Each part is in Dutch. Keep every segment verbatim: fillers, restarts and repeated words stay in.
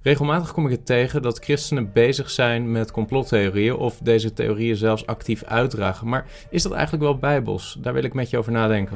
Regelmatig kom ik het tegen dat christenen bezig zijn met complottheorieën of deze theorieën zelfs actief uitdragen. Maar is dat eigenlijk wel bijbels? Daar wil ik met je over nadenken.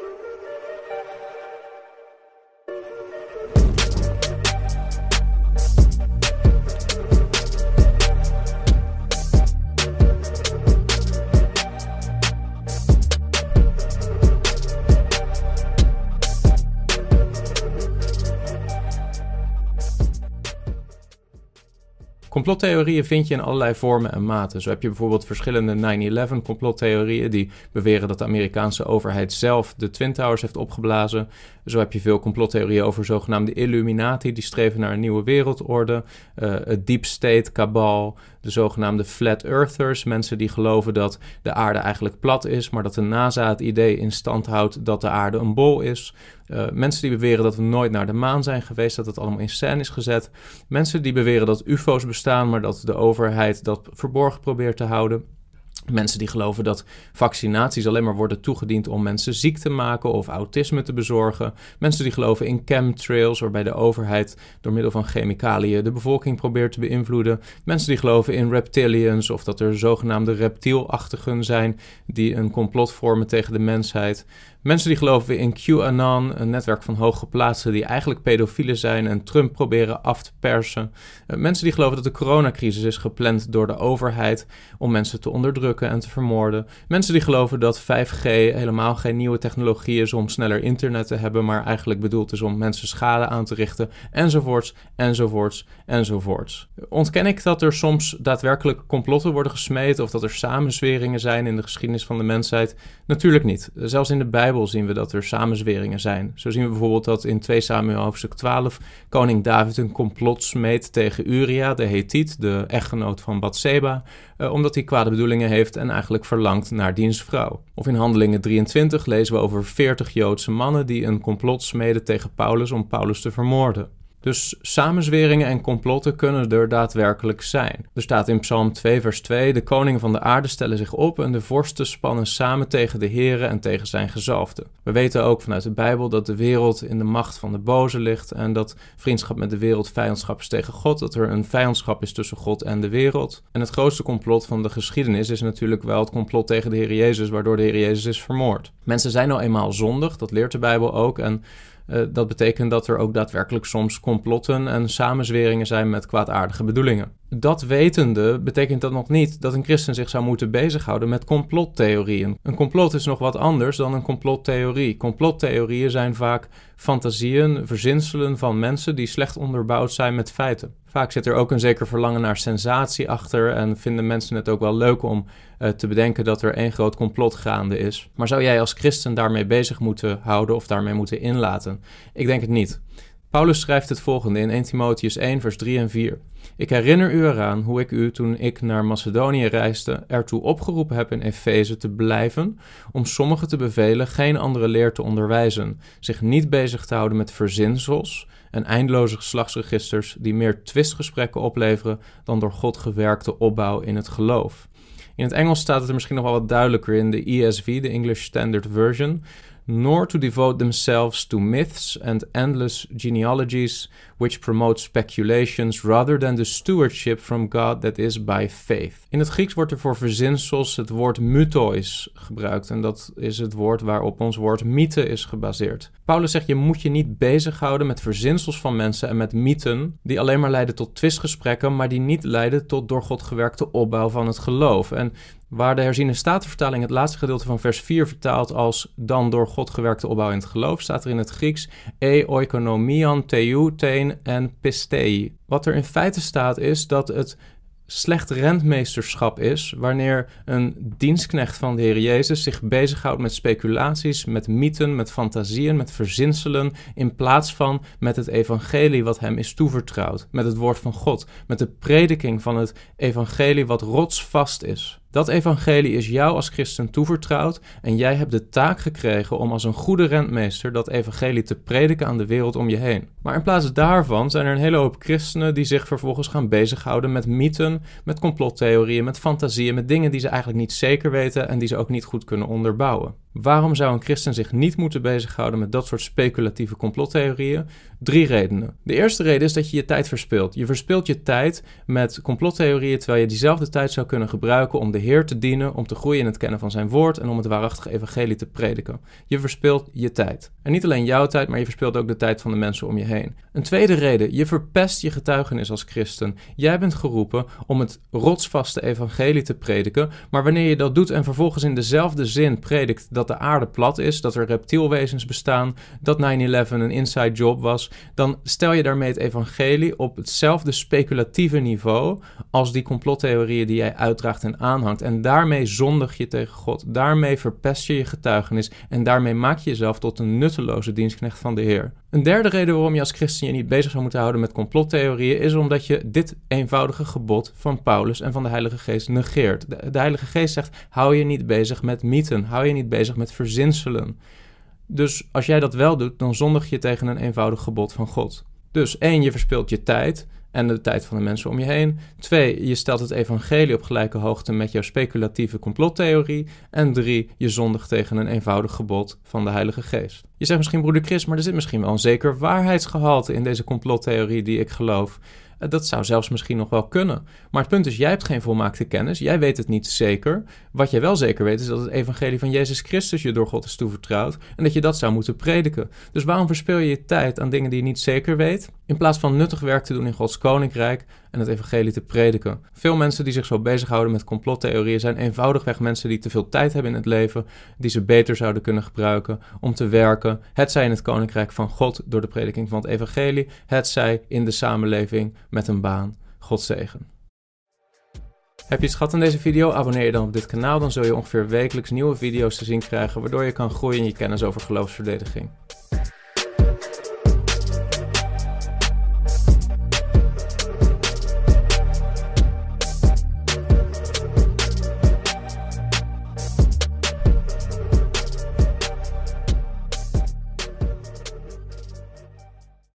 Complottheorieën vind je in allerlei vormen en maten. Zo heb je bijvoorbeeld verschillende nine eleven complottheorieën die beweren dat de Amerikaanse overheid zelf de Twin Towers heeft opgeblazen. Zo heb je veel complottheorieën over zogenaamde Illuminati, die streven naar een nieuwe wereldorde. Uh, het Deep State Cabal, de zogenaamde Flat Earthers, mensen die geloven dat de aarde eigenlijk plat is, maar dat de NASA het idee in stand houdt dat de aarde een bol is. Uh, mensen die beweren dat we nooit naar de maan zijn geweest, dat het allemaal in scène is gezet. Mensen die beweren dat U F O's bestaan, maar dat de overheid dat verborgen probeert te houden. Mensen die geloven dat vaccinaties alleen maar worden toegediend om mensen ziek te maken of autisme te bezorgen. Mensen die geloven in chemtrails, waarbij de overheid door middel van chemicaliën de bevolking probeert te beïnvloeden. Mensen die geloven in reptilians of dat er zogenaamde reptielachtigen zijn die een complot vormen tegen de mensheid. Mensen die geloven in QAnon, een netwerk van hooggeplaatsten die eigenlijk pedofielen zijn en Trump proberen af te persen. Uh, mensen die geloven dat de coronacrisis is gepland door de overheid om mensen te onderdrukken en te vermoorden. Mensen die geloven dat vijf G helemaal geen nieuwe technologie is om sneller internet te hebben, maar eigenlijk bedoeld is om mensen schade aan te richten, enzovoorts, enzovoorts, enzovoorts. Ontken ik dat er soms daadwerkelijk complotten worden gesmeed of dat er samenzweringen zijn in de geschiedenis van de mensheid? Natuurlijk niet. Zelfs in de Bijbel zien we dat er samenzweringen zijn. Zo zien we bijvoorbeeld dat in twee Samuel hoofdstuk twaalf koning David een complot smeedt tegen Uria, de Hethiet, de echtgenoot van Batseba, uh, omdat hij kwade bedoelingen heeft en eigenlijk verlangt naar diens vrouw. Of in Handelingen drieëntwintig lezen we over veertig Joodse mannen die een complot smeden tegen Paulus om Paulus te vermoorden. Dus samenzweringen en complotten kunnen er daadwerkelijk zijn. Er staat in Psalm twee vers twee, de koningen van de aarde stellen zich op en de vorsten spannen samen tegen de Here en tegen zijn gezalfde. We weten ook vanuit de Bijbel dat de wereld in de macht van de boze ligt en dat vriendschap met de wereld vijandschap is tegen God, dat er een vijandschap is tussen God en de wereld. En het grootste complot van de geschiedenis is natuurlijk wel het complot tegen de Heer Jezus, waardoor de Heer Jezus is vermoord. Mensen zijn nou eenmaal zondig, dat leert de Bijbel ook, en Uh, dat betekent dat er ook daadwerkelijk soms complotten en samenzweringen zijn met kwaadaardige bedoelingen. Dat wetende betekent dat nog niet dat een christen zich zou moeten bezighouden met complottheorieën. Een complot is nog wat anders dan een complottheorie. Complottheorieën zijn vaak fantasieën, verzinselen van mensen die slecht onderbouwd zijn met feiten. Vaak zit er ook een zeker verlangen naar sensatie achter en vinden mensen het ook wel leuk om uh, te bedenken dat er één groot complot gaande is. Maar zou jij als christen daarmee bezig moeten houden of daarmee moeten inlaten? Ik denk het niet. Paulus schrijft het volgende in eerste Timotheüs één vers drie en vier. Ik herinner u eraan hoe ik u, toen ik naar Macedonië reisde, ertoe opgeroepen heb in Efeze te blijven, om sommigen te bevelen geen andere leer te onderwijzen, zich niet bezig te houden met verzinsels en eindeloze geslachtsregisters die meer twistgesprekken opleveren dan door God gewerkte opbouw in het geloof. In het Engels staat het er misschien nog wel wat duidelijker in de E S V, de English Standard Version. Nor to devote themselves to myths and endless genealogies which promote speculations rather than the stewardship from God that is by faith. In het Grieks wordt er voor verzinsels het woord mythos gebruikt en dat is het woord waarop ons woord mythe is gebaseerd. Paulus zegt je moet je niet bezighouden met verzinsels van mensen en met mythen die alleen maar leiden tot twistgesprekken, maar die niet leiden tot door God gewerkte opbouw van het geloof. En waar de herziene statenvertaling het laatste gedeelte van vers vier vertaalt als dan door God gewerkte opbouw in het geloof, staat er in het Grieks e oikonomian theou tein en pistei. Wat er in feite staat is dat het slecht rentmeesterschap is wanneer een dienstknecht van de Heer Jezus zich bezighoudt met speculaties, met mythen, met fantasieën, met verzinselen, in plaats van met het evangelie wat hem is toevertrouwd, met het woord van God, met de prediking van het evangelie wat rotsvast is. Dat evangelie is jou als christen toevertrouwd en jij hebt de taak gekregen om als een goede rentmeester dat evangelie te prediken aan de wereld om je heen. Maar in plaats daarvan zijn er een hele hoop christenen die zich vervolgens gaan bezighouden met mythen, met complottheorieën, met fantasieën, met dingen die ze eigenlijk niet zeker weten en die ze ook niet goed kunnen onderbouwen. Waarom zou een christen zich niet moeten bezighouden met dat soort speculatieve complottheorieën? Drie redenen. De eerste reden is dat je je tijd verspilt. Je verspilt je tijd met complottheorieën terwijl je diezelfde tijd zou kunnen gebruiken om de Heer te dienen, om te groeien in het kennen van zijn woord en om het waarachtige evangelie te prediken. Je verspilt je tijd. En niet alleen jouw tijd, maar je verspilt ook de tijd van de mensen om je heen. Een tweede reden, je verpest je getuigenis als christen. Jij bent geroepen om het rotsvaste evangelie te prediken, maar wanneer je dat doet en vervolgens in dezelfde zin predikt dat de aarde plat is, dat er reptielwezens bestaan, dat nine eleven een inside job was, dan stel je daarmee het evangelie op hetzelfde speculatieve niveau als die complottheorieën die jij uitdraagt en aanhangt. En daarmee zondig je tegen God. Daarmee verpest je je getuigenis en daarmee maak je jezelf tot een nutteloze dienstknecht van de Heer. Een derde reden waarom je als christen je niet bezig zou moeten houden met complottheorieën is omdat je dit eenvoudige gebod van Paulus en van de Heilige Geest negeert. De, de Heilige Geest zegt, hou je niet bezig met mythen, hou je niet bezig met verzinselen. Dus als jij dat wel doet, dan zondig je tegen een eenvoudig gebod van God. Dus één, je verspilt je tijd en de tijd van de mensen om je heen. Twee, je stelt het evangelie op gelijke hoogte met jouw speculatieve complottheorie. En drie, je zondigt tegen een eenvoudig gebod van de Heilige Geest. Je zegt misschien, broeder Chris, maar er zit misschien wel een zeker waarheidsgehalte in deze complottheorie die ik geloof. Dat zou zelfs misschien nog wel kunnen. Maar het punt is, jij hebt geen volmaakte kennis. Jij weet het niet zeker. Wat jij wel zeker weet is dat het evangelie van Jezus Christus je door God is toevertrouwd. En dat je dat zou moeten prediken. Dus waarom verspil je je tijd aan dingen die je niet zeker weet? In plaats van nuttig werk te doen in Gods koninkrijk en het evangelie te prediken. Veel mensen die zich zo bezighouden met complottheorieën zijn eenvoudigweg mensen die te veel tijd hebben in het leven, die ze beter zouden kunnen gebruiken om te werken. Hetzij in het koninkrijk van God door de prediking van het evangelie, hetzij in de samenleving met een baan. God zegen. Heb je het gehad aan deze video? Abonneer je dan op dit kanaal, dan zul je ongeveer wekelijks nieuwe video's te zien krijgen, waardoor je kan groeien in je kennis over geloofsverdediging.